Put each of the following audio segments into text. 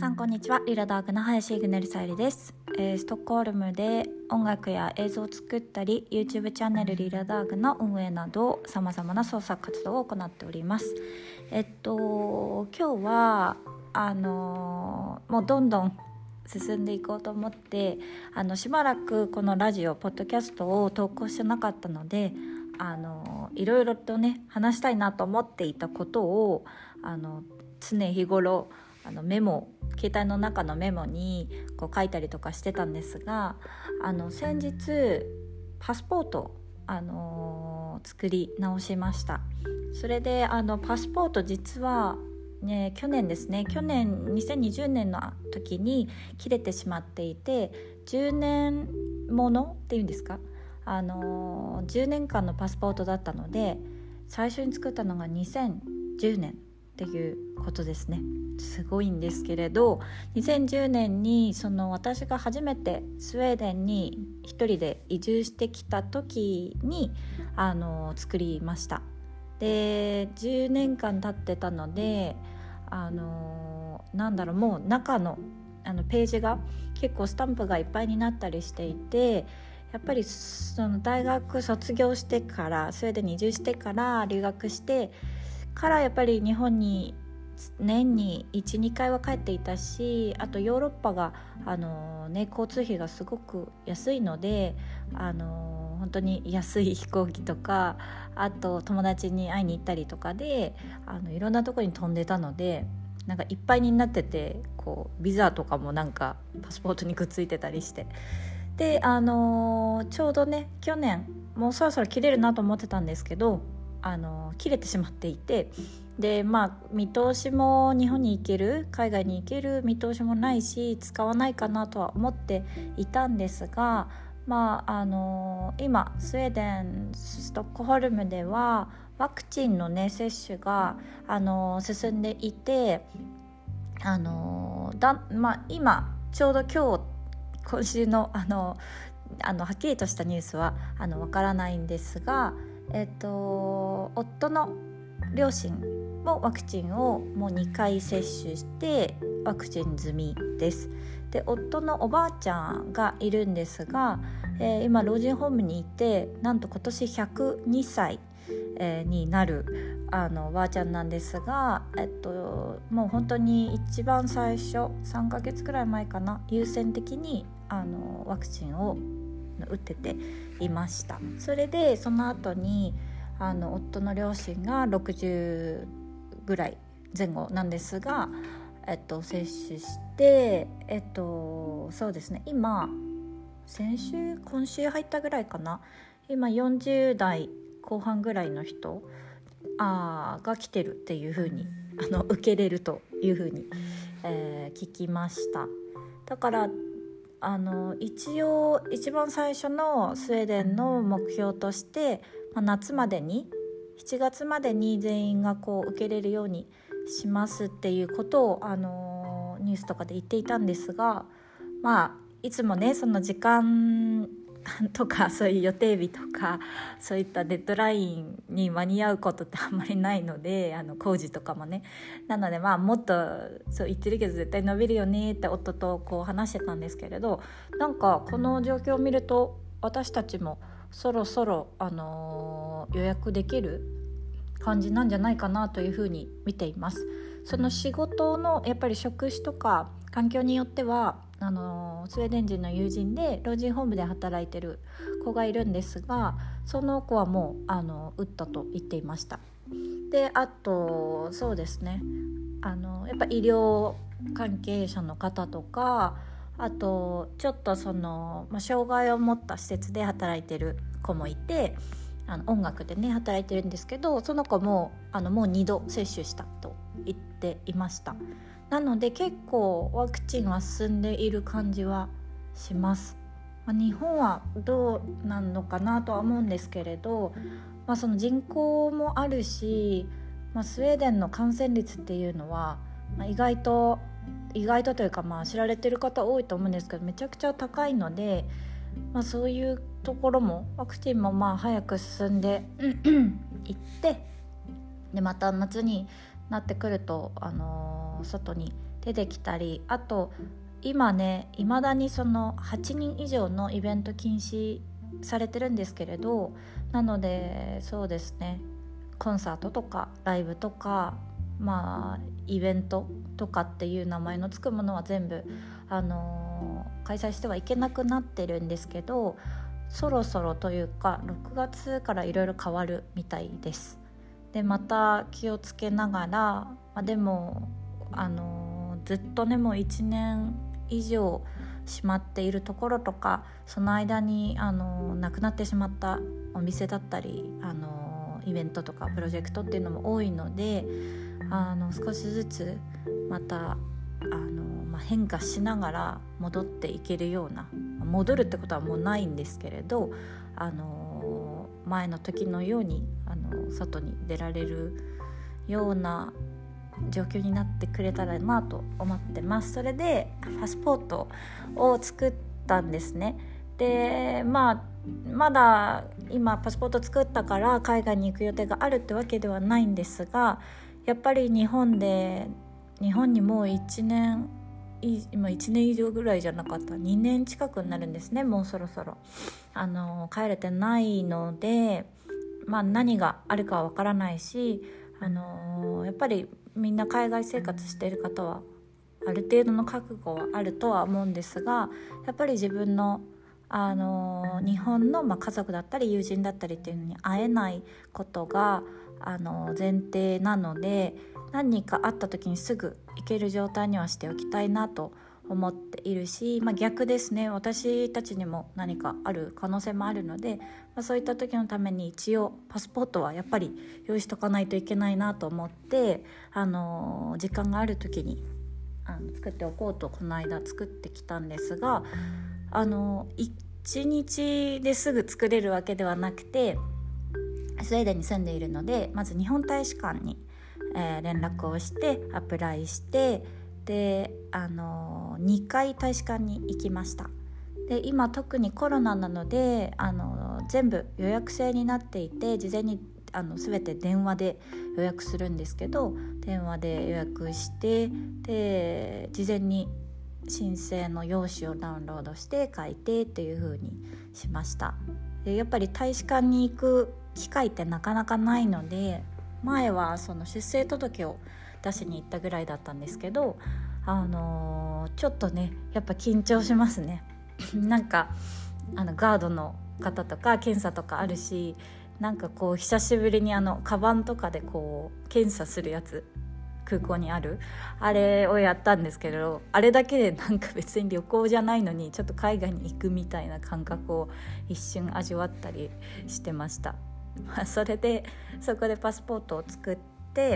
さんこんにちは。リラダークの林グネルサイリです。ストックホルムで音楽や映像を作ったり YouTube チャンネルリラダークの運営などさまざまな創作活動を行っております。今日はもうどんどん進んでいこうと思ってしばらくこのラジオポッドキャストを投稿してなかったのでいろいろとね話したいなと思っていたことを常日頃携帯の中のメモにこう書いたりとかしてたんですが先日パスポート作り直しました。それでパスポート実は去年2020年の時に切れてしまっていて10年ものっていうんですか10年間のパスポートだったので最初に作ったのが2010年っていうことですね。すごいんですけれど2010年に私が初めてスウェーデンに一人で移住してきた時に作りました。で10年間経ってたのでもう中のページが結構スタンプがいっぱいになったりしていてやっぱり大学卒業してからスウェーデンに移住してから留学してからやっぱり日本に年に 1,2 回は帰っていたしあとヨーロッパが交通費がすごく安いので本当に安い飛行機とかあと友達に会いに行ったりとかでいろんなところに飛んでたのでいっぱいになっててビザとかもパスポートにくっついてたりしてでちょうどね去年もうそろそろ切れるなと思ってたんですけど切れてしまっていてで見通しも日本に行ける海外に行ける見通しもないし使わないかなとは思っていたんですが今スウェーデンストックホルムではワクチンのね接種が進んでいて今ちょうど今週のはっきりとしたニュースはわからないんですが夫の両親もワクチンをもう2回接種してワクチン済みです。で夫のおばあちゃんがいるんですが、今老人ホームにいてなんと今年102歳、になるおばあちゃんなんですが、もう本当に一番最初3ヶ月くらい前かな優先的にワクチンを打ってていました。それでその後に夫の両親が60ぐらい前後なんですが、接種してそうですね今今週入ったぐらいかな今40代後半ぐらいの人が来てるっていう風に受けれるという風に、聞きました。だから一応一番最初のスウェーデンの目標として、夏までに7月までに全員が受けれるようにしますっていうことをニュースとかで言っていたんですが、いつもねその時間とかそういう予定日とかそういったデッドラインに間に合うことってあんまりないので工事とかもねなのでもっとそう言ってるけど絶対伸びるよねって夫と話してたんですけれどこの状況を見ると私たちもそろそろ、予約できる感じなんじゃないかなというふうに見ています。その仕事のやっぱり職種とか環境によってはスウェーデン人の友人で老人ホームで働いてる子がいるんですがその子はもう打ったと言っていました。であとそうですねやっぱ医療関係者の方とかあとちょっと障害を持った施設で働いてる子もいて音楽でね働いてるんですけどその子ももう2度接種したと言っていました。なので結構ワクチンは進んでいる感じはします。日本はどうなのかなとは思うんですけれど、その人口もあるし、スウェーデンの感染率っていうのは、意外とというか知られてる方多いと思うんですけどめちゃくちゃ高いので、そういうところもワクチンも早く進んでいってでまた夏になってくると、外に出てきたり、あと今ねいまだにその8人以上のイベント禁止されてるんですけれど、なのでそうですね、コンサートとかライブとか、イベントとかっていう名前のつくものは全部、開催してはいけなくなってるんですけど、そろそろというか6月からいろいろ変わるみたいです。でまた気をつけながら、でもずっとねもう1年以上閉まっているところとか、その間になくなってしまったお店だったりイベントとかプロジェクトっていうのも多いので、少しずつまた変化しながら戻っていけるような、戻るってことはもうないんですけれど、前の時のように外に出られるような状況になってくれたらなと思ってます。それでパスポートを作ったんですね。でまだ今パスポート作ったから海外に行く予定があるってわけではないんですが、やっぱり日本にもう今1年以上ぐらいじゃなかった、2年近くになるんですね。もうそろそろ帰れてないので、何があるかはわからないし、やっぱりみんな海外生活している方はある程度の覚悟はあるとは思うんですが、やっぱり自分の日本の家族だったり友人だったりっていうのに会えないことが前提なので、何かあった時にすぐ行ける状態にはしておきたいなと思っているし、逆ですね、私たちにも何かある可能性もあるので、そういった時のために一応パスポートはやっぱり用意しとかないといけないなと思って、時間がある時に作っておこうとこの間作ってきたんですが、1日ですぐ作れるわけではなくて、スウェーデンに住んでいるので、まず日本大使館に、連絡をしてアプライして、で2回大使館に行きました。で今特にコロナなので全部予約制になっていて、事前に全て電話で予約するんですけど、電話で予約して、で事前に申請の用紙をダウンロードして書いてっていう風にしました。でやっぱり大使館に行く機会ってなかなかないので、前はその出生届を出しに行ったぐらいだったんですけど、ちょっとねやっぱ緊張しますねなんかガードの方とか検査とかあるし、なんかこう久しぶりにカバンとかでこう検査するやつ、空港にあるあれをやったんですけど、あれだけでなんか別に旅行じゃないのにちょっと海外に行くみたいな感覚を一瞬味わったりしてました。それでそこでパスポートを作って、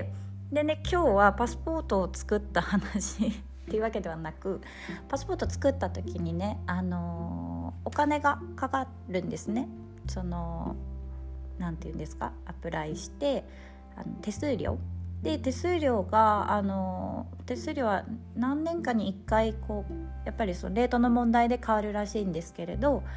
でね、今日はパスポートを作った話っていうわけではなく、パスポート作った時にね、お金がかかるんですね。そのなんていうんですか、アプライして手数料で、手数料は何年かに1回こうやっぱりそのレートの問題で変わるらしいんですけれど、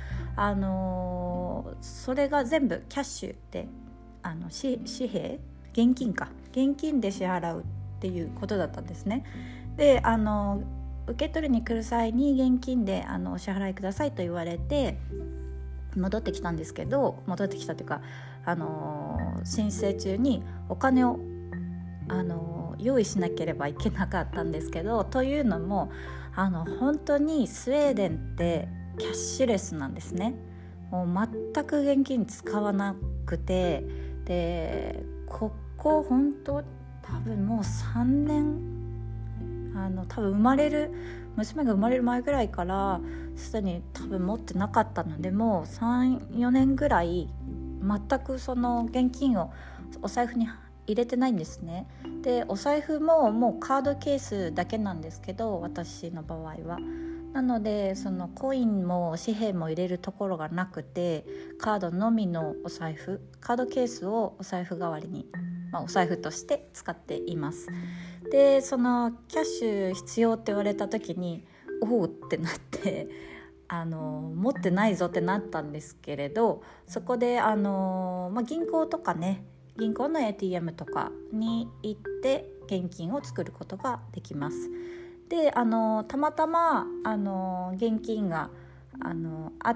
それが全部キャッシュで紙幣現金で支払うっていうことだったんですね。で受け取りに来る際に現金でお支払いくださいと言われて戻ってきたというか申請中にお金を用意しなければいけなかったんですけど、というのも本当にスウェーデンってキャッシュレスなんですね。もう全く現金使わなくて、でここ本当多分もう3年多分娘が生まれる前ぐらいからすでに多分持ってなかったので、もう 3,4 年ぐらい全くその現金をお財布に入れてないんですね。でお財布ももうカードケースだけなんですけど、私の場合はなのでそのコインも紙幣も入れるところがなくて、カードのみのお財布、カードケースをお財布代わりに、お財布として使っています。でそのキャッシュ必要って言われた時におおってなって持ってないぞってなったんですけれど、そこで銀行とかね、銀行の ATM とかに行って現金を作ることができます。でたまたま現金があって、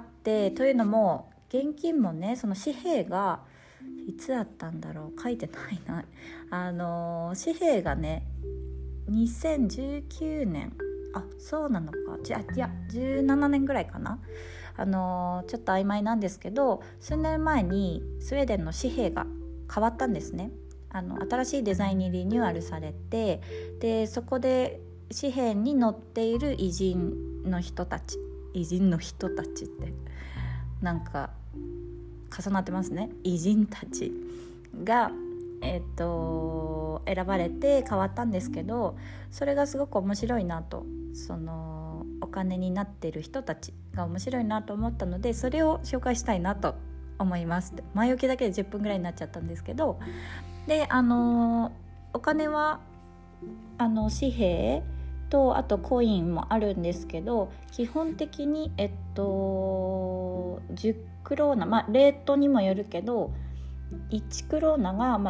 というのも現金もね、その紙幣がいつあったんだろう、書いてないな。紙幣がね2019年、そうなのか、いや17年ぐらいかな。ちょっと曖昧なんですけど、数年前にスウェーデンの紙幣が変わったんですね。新しいデザインにリニューアルされて、でそこで紙幣に載っている偉人の人たちってなんか重なってますね。偉人たちが選ばれて変わったんですけど、それがすごく面白いなと、そのお金になっている人たちが面白いなと思ったので、それを紹介したいなと思います。前置きだけで10分ぐらいになっちゃったんですけど、でお金は紙幣とあとコインもあるんですけど、基本的に10クローナ、レートにもよるけど1クローナが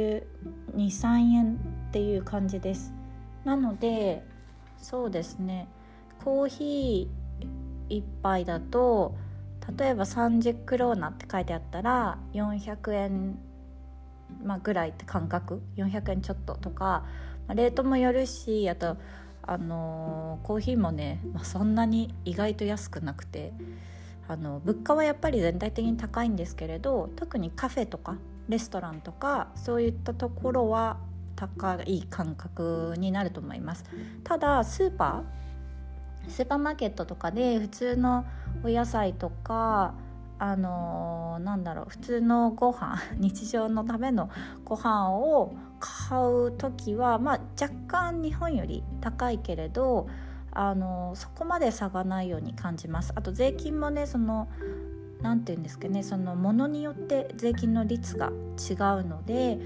12、3円っていう感じです。なのでそうですね、コーヒー1杯だと例えば30クローナって書いてあったら400円ぐらいって感覚、400円ちょっととか、レートもよるし、あとコーヒーもね、そんなに意外と安くなくて、物価はやっぱり全体的に高いんですけれど、特にカフェとかレストランとかそういったところは高い感覚になると思います。ただスーパーマーケットとかで普通のお野菜とか普通のご飯日常のためのご飯を買うときは、若干日本より高いけれどそこまで差がないように感じます。あと税金もね、なんていうんですかね、そのものによって税金の率が違うので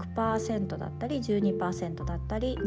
6% だったり 12% だったり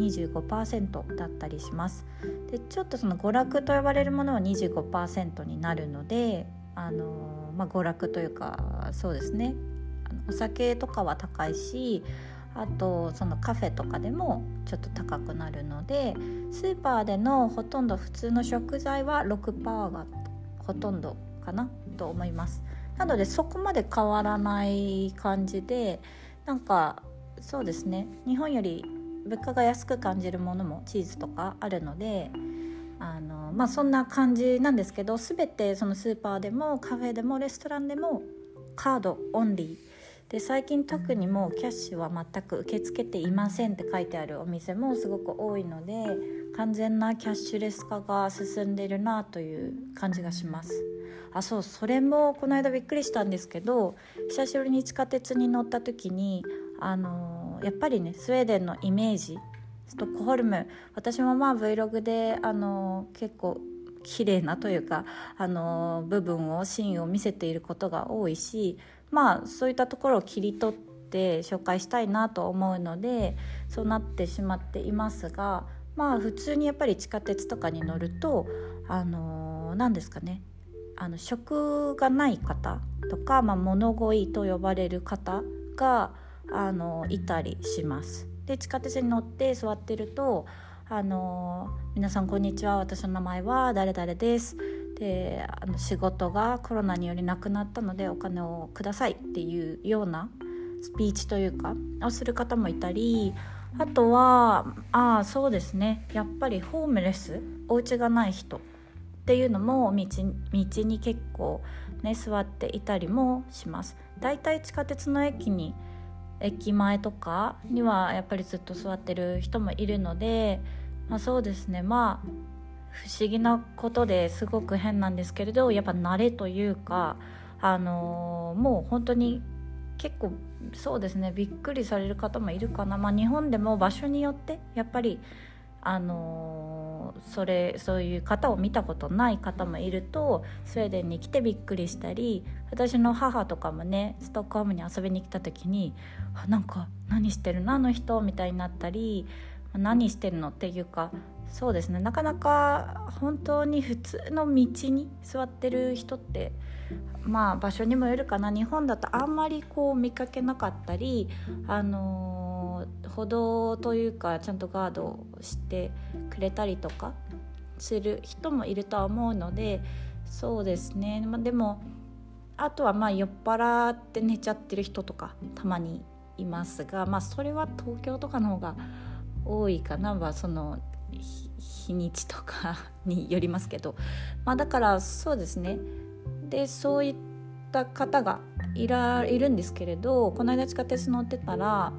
25% だったりします。でちょっとその娯楽と呼ばれるものは 25% になるので娯楽というかそうですね、お酒とかは高いし、あとそのカフェとかでもちょっと高くなるので、スーパーでのほとんど普通の食材は 6% がほとんどかなと思います。なのでそこまで変わらない感じで、そうですね、日本より物価が安く感じるものもチーズとかあるのでそんな感じなんですけど、全てそのスーパーでもカフェでもレストランでもカードオンリーで、最近特にもうキャッシュは全く受け付けていませんって書いてあるお店もすごく多いので、完全なキャッシュレス化が進んでいるなという感じがします。それもこの間びっくりしたんですけど、久しぶりに地下鉄に乗った時にやっぱりね、スウェーデンのイメージ、ストックホルム、私もVlog で結構綺麗なというか部分をシーンを見せていることが多いし、そういったところを切り取って紹介したいなと思うのでそうなってしまっていますが、普通にやっぱり地下鉄とかに乗ると何ですかね、職がない方とか、物乞いと呼ばれる方がいたりします。で地下鉄に乗って座ってると皆さんこんにちは、私の名前は誰々です、で仕事がコロナによりなくなったのでお金をくださいっていうようなスピーチというかをする方もいたり、あとはそうですね、やっぱりホームレス、お家がない人っていうのも道に結構ね座っていたりもします。だいたい地下鉄の駅前とかにはやっぱりずっと座ってる人もいるので、そうですね、不思議なことですごく変なんですけれど、やっぱ慣れというかもう本当に結構そうですね、びっくりされる方もいるかな。日本でも場所によってやっぱりそういう方を見たことない方もいるとスウェーデンに来てびっくりしたり、私の母とかもねストックホルムに遊びに来た時に何してるのあの人みたいになったり、何してるのっていうか、そうですね、なかなか本当に普通の道に座ってる人って場所にもよるかな、日本だとあんまり見かけなかったり歩道というかちゃんとガードしてくれたりとかする人もいるとは思うので、そうですね、でもあとは酔っ払って寝ちゃってる人とかたまにいますが、それは東京とかの方が多いかな、その日にちとかによりますけど、だからそうですね。でそういった方がいるんですけれど、この間地下鉄乗ってたら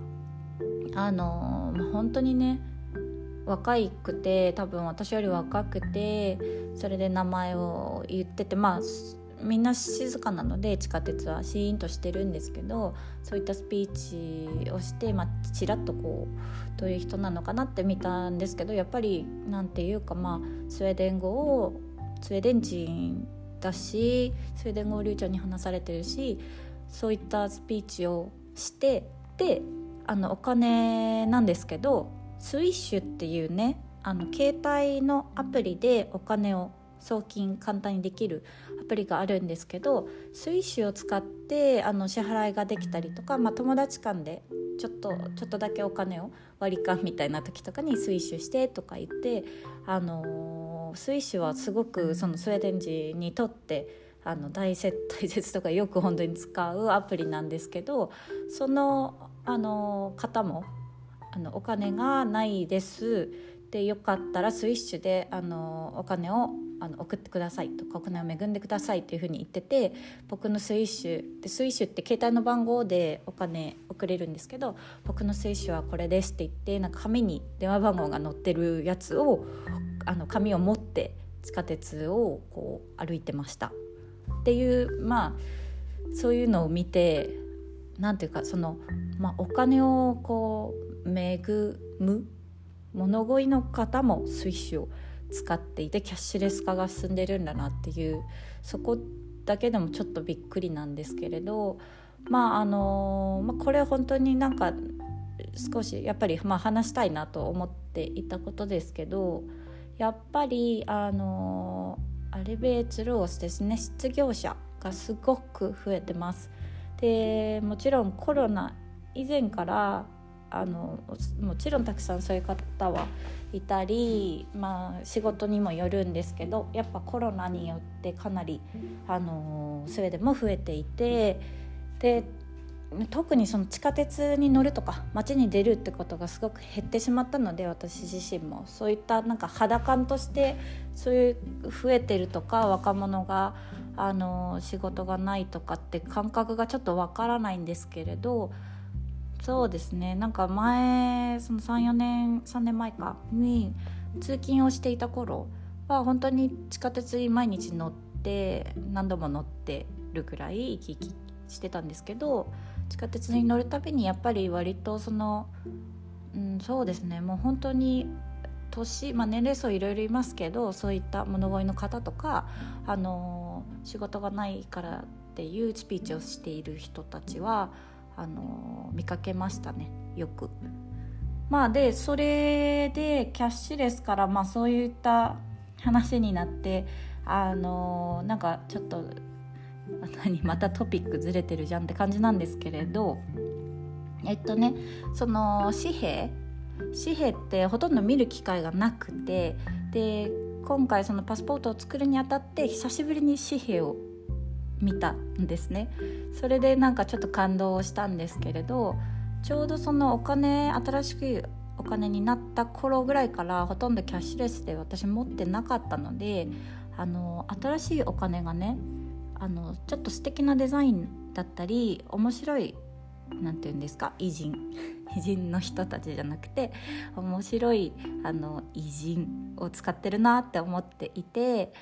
本当にね若くて、多分私より若くて、それで名前を言ってて、みんな静かなので地下鉄はシーンとしてるんですけど、そういったスピーチをして、ちらっとどういう人なのかなって見たんですけど、やっぱりなんていうか、スウェーデン語をスウェーデン人だし、スウェーデン語を流暢に話されてるし、そういったスピーチをして、でお金なんですけど、スイッシュっていうね、携帯のアプリでお金を送金簡単にできるアプリがあるんですけど、スイッシュを使って支払いができたりとか、友達間でちょっとだけお金を割り勘みたいな時とかにスイッシュしてとか言って、スイッシュはすごくそのスウェーデン人にとって大切とかよく本当に使うアプリなんですけど、その方もお金がないですで、よかったらスイッシュでお金を送ってくださいとか、お金を恵んでくださいっていう風に言ってて、僕のスイッシュって携帯の番号でお金送れるんですけど、僕のスイッシュはこれですって言って、紙に電話番号が載ってるやつを紙を持って地下鉄を歩いてましたっていう、そういうのを見て、なんていうか、お金を恵む物乞いの方もスイッシュを使っていて、キャッシュレス化が進んでるんだなっていう、そこだけでもちょっとびっくりなんですけれど、これ本当になんか少しやっぱり話したいなと思っていたことですけど、やっぱりアルベーツロースですね、失業者がすごく増えてます。でもちろんコロナ以前からもちろんたくさんそういう方はいたり、仕事にもよるんですけど、やっぱコロナによってかなりスウェーデンも増えていて、で特にその地下鉄に乗るとか街に出るってことがすごく減ってしまったので、私自身もそういったなんか肌感としてそういう増えてるとか、若者が仕事がないとかって感覚がちょっとわからないんですけれど、そうですね、なんか前その3年前かに通勤をしていた頃は本当に地下鉄に毎日乗って何度も乗ってるぐらい生き生きしてたんですけど、地下鉄に乗るたびにやっぱり割とそうですね、もう本当に年、年齢層いろいろいますけど、そういった物乞いの方とか仕事がないからっていうスピーチをしている人たちは見かけましたね、よく。でそれでキャッシュレスからそういった話になって、なんかちょっとまたトピックずれてるじゃんって感じなんですけれど、その紙幣ってほとんど見る機会がなくて、で今回そのパスポートを作るにあたって久しぶりに紙幣を見たんですね。それでなんかちょっと感動したんですけれど、ちょうどその新しくお金になった頃ぐらいからほとんどキャッシュレスで私持ってなかったので、新しいお金がね、ちょっと素敵なデザインだったり面白い、なんていうんですか、偉人の人たちじゃなくて面白い偉人を使ってるなって思っていて、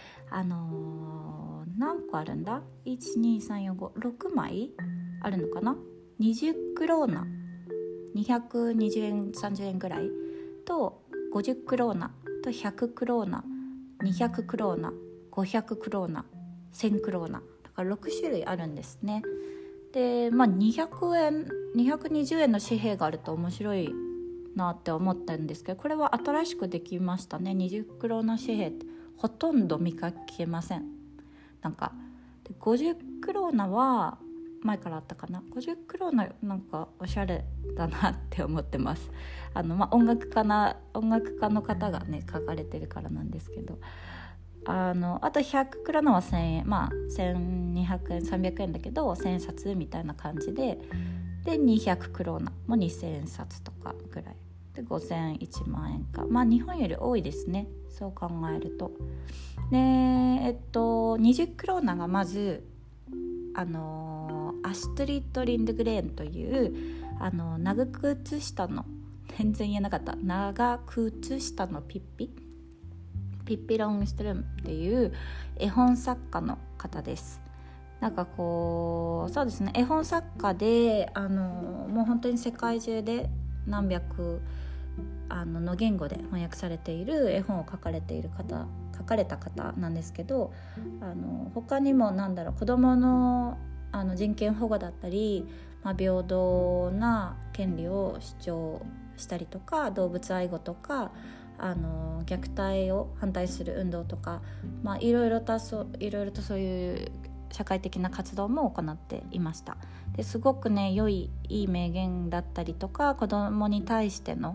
何個あるんだ ?1,2,3,4,5,6 枚あるのかな。20クローナ220円30円ぐらいと、50クローナと100クローナ200クローナ500クローナ1000クローナだから6種類あるんですね。で、200円220円の紙幣があると面白いなって思ったんですけど、これは新しくできましたね。20クローナ紙幣ってほとんど見かけません。なんかで50クローナは前からあったかな。50クローナなんかおしゃれだなって思ってます。音楽家の方がね書かれてるからなんですけど、あと100クロナは1000円、1200円300円だけど1000円札みたいな感じで200クローナも2000円札とかぐらいで5000、1万円か、日本より多いですね、そう考えると。で20クローナがまずアストリッド・リンドグレーンという長靴下の全然言えなかった長靴下のピッピロングストルームっていう絵本作家の方です。なんかそうですね、絵本作家でもう本当に世界中で何百の言語で翻訳されている絵本を書かれた方なんですけど、他にも子どもの人権保護だったり、平等な権利を主張したりとか、動物愛護とか虐待を反対する運動とか、いろいろとそういう社会的な活動も行っていました。ですごくねいい名言だったりとか、子どもに対しての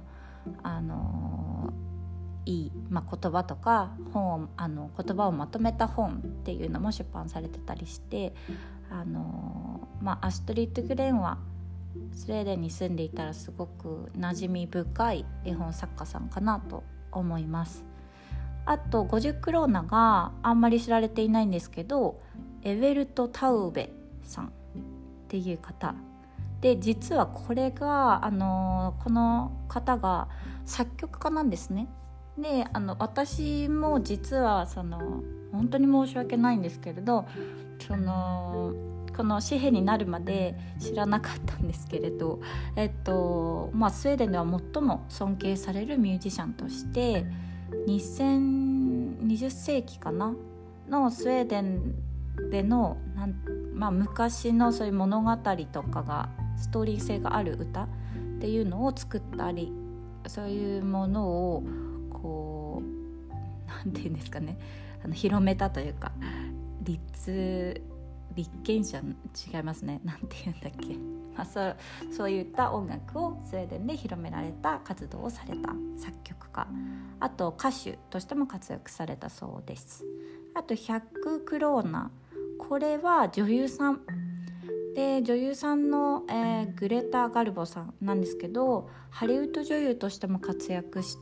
いい、言葉とか言葉をまとめた本っていうのも出版されてたりして、アストリッド・グレンはスウェーデンに住んでいたらすごく馴染み深い絵本作家さんかなと思います。あと50クローナがあんまり知られていないんですけど、エベルト・タウベさんっていう方で、実はこれがこの方が作曲家なんですね。で私も実は本当に申し訳ないんですけれど、この紙幣になるまで知らなかったんですけれど、スウェーデンでは最も尊敬されるミュージシャンとして20世紀かなのスウェーデンでの昔のそういう物語とかがストーリー性がある歌っていうのを作ったり、そういうものをなんていうんですかね、広めたというか、立憲者違いますね、なんていうんだっけ、そういった音楽をスウェーデンで広められた活動をされた作曲家、あと歌手としても活躍されたそうです。あと100クローナ、これは女優さんで、女優さんの、グレタ・ガルボさんなんですけど、ハリウッド女優としても活躍して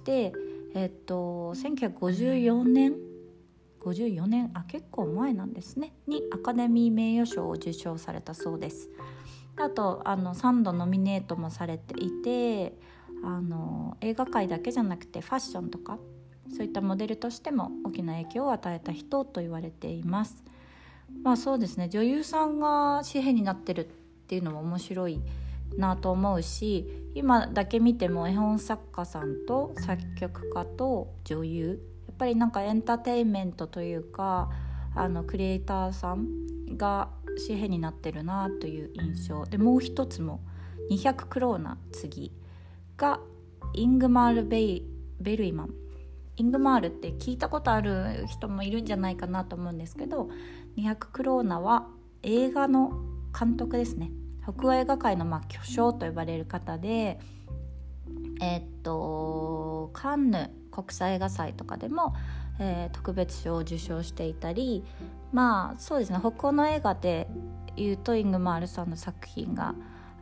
、1954年結構前なんですねにアカデミー名誉賞を受賞されたそうです。あと3度ノミネートもされていて、映画界だけじゃなくてファッションとかそういったモデルとしても大きな影響を与えた人と言われています。そうですね、女優さんが紙幣になってるっていうのも面白いなと思うし、今だけ見ても絵本作家さんと作曲家と女優、やっぱりエンターテインメントというかクリエイターさんが紙幣になってるなという印象で、もう一つも200クローナ次がイングマール・ベルイマン。イングマールって聞いたことある人もいるんじゃないかなと思うんですけど、200クローナは映画の監督ですね。北欧映画界の巨匠と呼ばれる方で、カンヌ国際映画祭とかでも、特別賞を受賞していたり、そうですね、北欧の映画でいうとイングマールさんの作品が、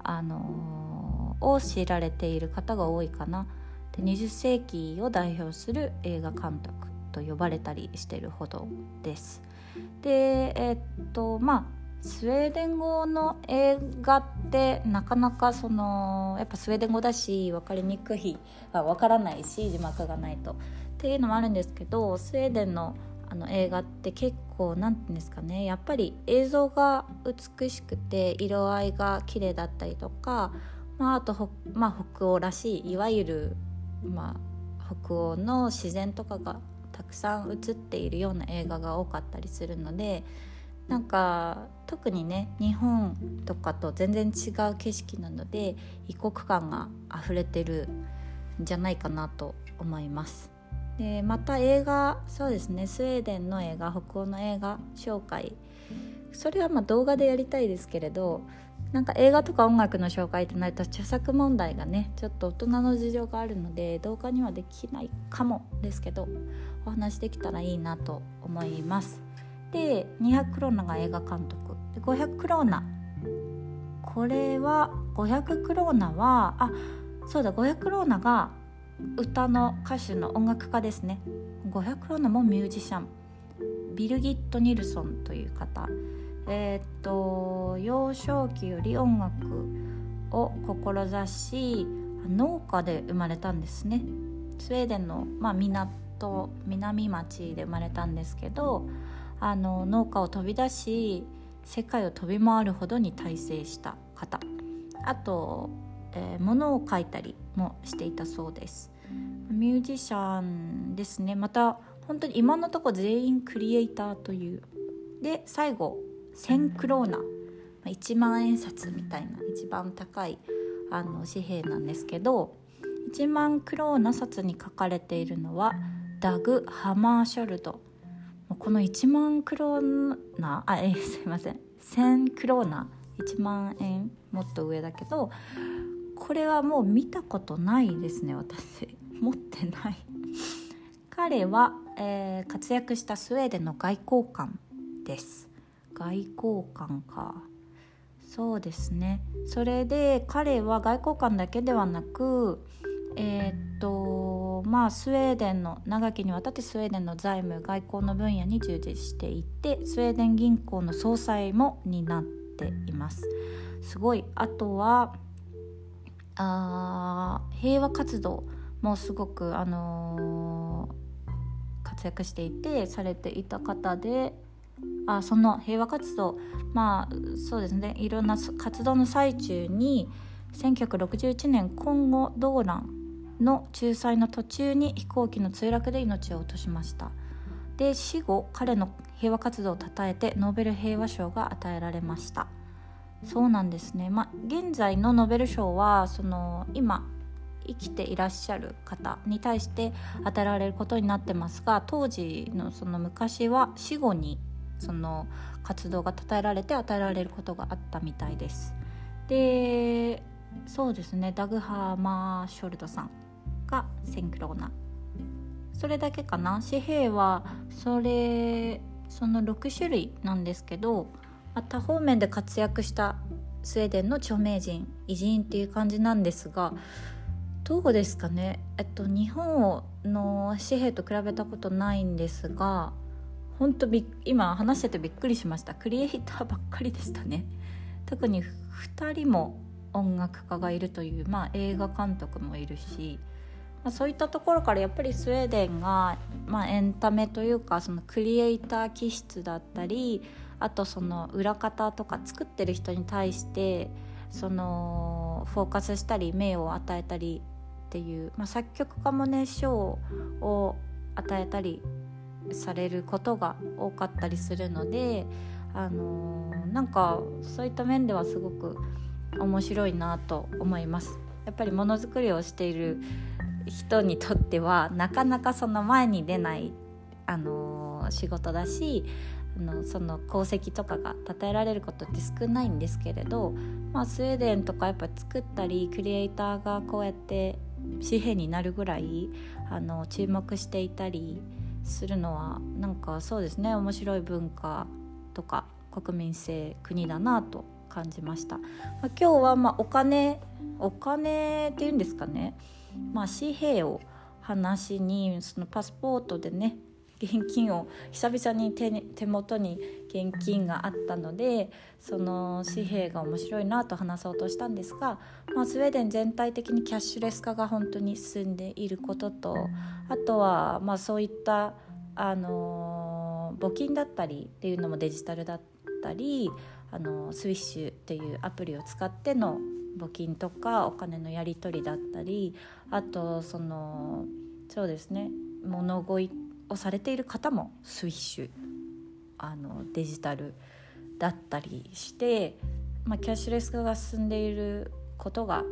を知られている方が多いかな。で20世紀を代表する映画監督と呼ばれたりしているほどです。でスウェーデン語の映画ってなかなかやっぱスウェーデン語だし分かりにくい、分からないし字幕がないとっていうのもあるんですけど、スウェーデンの映画って結構なんていうんですかね、やっぱり映像が美しくて色合いが綺麗だったりとか、あと北欧らしいいわゆる北欧の自然とかがたくさん映っているような映画が多かったりするので、特にね日本とかと全然違う景色なので異国感が溢れてるんじゃないかなと思います。でまた映画、そうですね、スウェーデンの映画、北欧の映画紹介、それは動画でやりたいですけれど、 なんか映画とか音楽の紹介となると著作問題がねちょっと大人の事情があるので動画にはできないかもですけど、お話できたらいいなと思います。で200クローナが映画監督で、500クローナ、これは500クローナは500クローナが歌の歌手の音楽家ですね。500クローナもミュージシャン、ビルギット・ニルソンという方、幼少期より音楽を志し農家で生まれたんですね。スウェーデンの、南町で生まれたんですけど、農家を飛び出し世界を飛び回るほどに大成した方、あと、物を描いたりもしていたそうです。ミュージシャンですね。また本当に今のところ全員クリエイターという。で最後1000クローナ、1万円札みたいな一番高い紙幣なんですけど、1万クローナ札に書かれているのはダグ・ハマーショルド。この1万クローナすいません1000クローナ、1万円もっと上だけど、これはもう見たことないですね。私持ってない彼は、活躍したスウェーデンの外交官です。外交官か、そうですね。それで彼は外交官だけではなくスウェーデンの長きにわたってスウェーデンの財務外交の分野に従事していて、スウェーデン銀行の総裁も担っています。すごい。あとは平和活動もすごく、活躍していてされていた方で、その平和活動、そうですね、いろんな活動の最中に1961年コンゴ動乱の仲裁の途中に飛行機の墜落で命を落としました。で死後彼の平和活動を称えてノーベル平和賞が与えられました。そうなんですね。現在のノーベル賞は今生きていらっしゃる方に対して与えられることになってますが、当時の昔は死後にその活動が称えられて与えられることがあったみたいです。でそうですね、ダグ・ハーマーショルドさんが1000クローナ、それだけかな。紙幣はその6種類なんですけど、多方面で活躍したスウェーデンの著名人偉人っていう感じなんですが、どうですかね。日本の紙幣と比べたことないんですが、本当今話しててびっくりしました。クリエイターばっかりでしたね。特に2人も音楽家がいるという、映画監督もいるし、そういったところからやっぱりスウェーデンが、エンタメというかクリエイター気質だったり、あと裏方とか作ってる人に対してフォーカスしたり名を与えたりっていう、作曲家もね賞を与えたりされることが多かったりするので、なんかそういった面ではすごく面白いなと思います。やっぱりものづくりをしている人にとってはなかなか前に出ない仕事だし、その功績とかが称えられることって少ないんですけれど、スウェーデンとかやっぱ作ったりクリエイターがこうやって紙幣になるぐらい注目していたりするのは、なんかそうですね、面白い文化とか国民性国だなと感じました。今日はお金っていうんですかね、紙幣を話にパスポートでね現金を久々に手元に現金があったので、その紙幣が面白いなと話そうとしたんですが、スウェーデン全体的にキャッシュレス化が本当に進んでいることと、あとはそういった募金だったりっていうのもデジタルだったり、スイッシュっていうアプリを使っての募金とかお金のやり取りだったり、あとそうですね、物乞いをされている方もスイッシュデジタルだったりして、キャッシュレス化が進んでいることが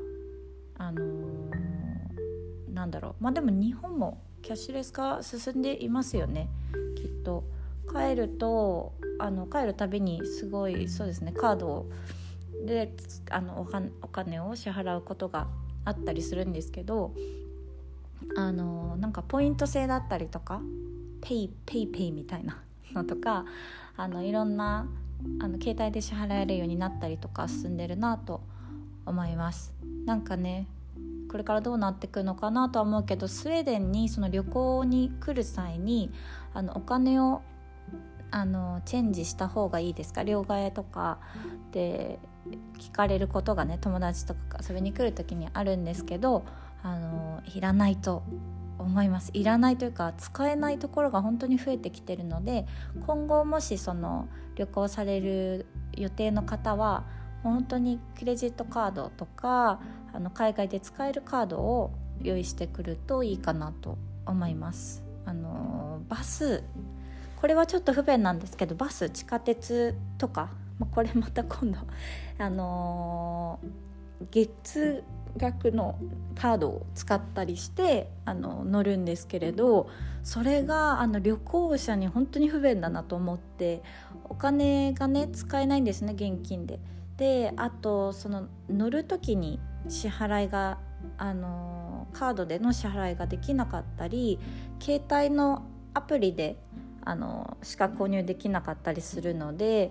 でも日本もキャッシュレス化進んでいますよね。きっと帰るたびにすごいそうですね、カードをでお金を支払うことがあったりするんですけど、なんかポイント制だったりとかペイみたいなのとかいろんな携帯で支払えるようになったりとか進んでるなと思います。なんかねこれからどうなっていくのかなとは思うけど、スウェーデンにその旅行に来る際にお金をチェンジした方がいいですか、両替とかで聞かれることがね友達とか遊びに来る時にあるんですけど、いらないと思います。いらないというか使えないところが本当に増えてきてるので、今後もしその旅行される予定の方は本当にクレジットカードとか海外で使えるカードを用意してくるといいかなと思います。バス、これはちょっと不便なんですけど、バス、地下鉄とか、これまた今度月額のカードを使ったりして乗るんですけれど、それが旅行者に本当に不便だなと思って、お金がね使えないんですね、現金で。であとその乗る時に支払いがカードでの支払いができなかったり、携帯のアプリでしか購入できなかったりするので、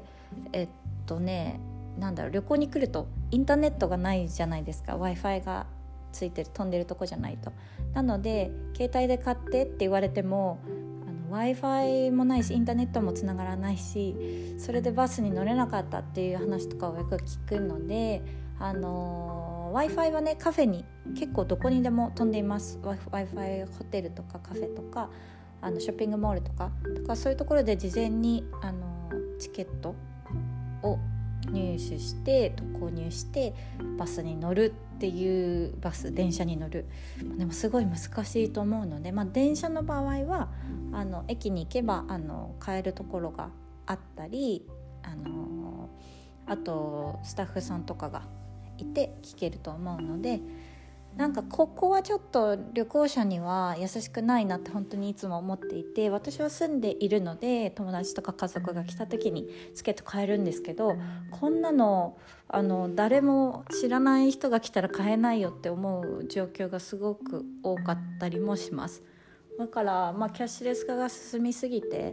旅行に来るとインターネットがないじゃないですか。 Wi-Fi がついてる飛んでるとこじゃないと。なので携帯で買ってって言われてもWi-Fi もないしインターネットもつながらないし、それでバスに乗れなかったっていう話とかをよく聞くので、Wi-Fi はねカフェに結構どこにでも飛んでいます。 Wi-Fi ホテルとかカフェとかショッピングモールとかそういうところで事前にチケットを入手して購入してバスに乗るっていう電車に乗る。でもすごい難しいと思うので、電車の場合は駅に行けば買えるところがあったりあとスタッフさんとかがいて聞けると思うので、なんかここはちょっと旅行者には優しくないなって本当にいつも思っていて、私は住んでいるので友達とか家族が来た時にチケット買えるんですけど、こんなの誰も知らない人が来たら買えないよって思う状況がすごく多かったりもします。だから、キャッシュレス化が進みすぎて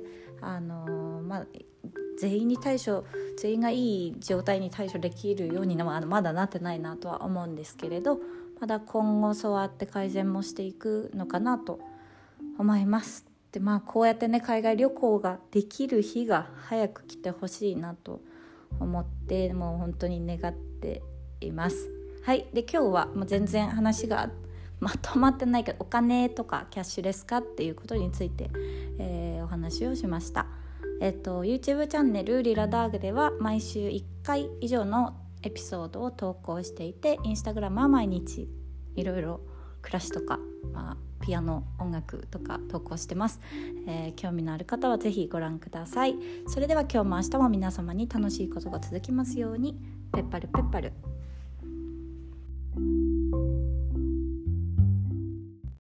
全員がいい状態に対処できるようにまだなってないなとは思うんですけれど、まだ今後そうやって改善もしていくのかなと思います。でこうやってね海外旅行ができる日が早く来てほしいなと思ってもう本当に願っています。はい。で今日はもう全然話がまとまってないけど、お金とかキャッシュレス化っていうことについて、お話をしました。YouTube チャンネルリラダーグでは毎週1回以上のエピソードを投稿していて、インスタグラムは毎日いろいろ暮らしとか、ピアノ音楽とか投稿してます。興味のある方はぜひご覧ください。それでは今日も明日も皆様に楽しいことが続きますように。ペッパルペッパル。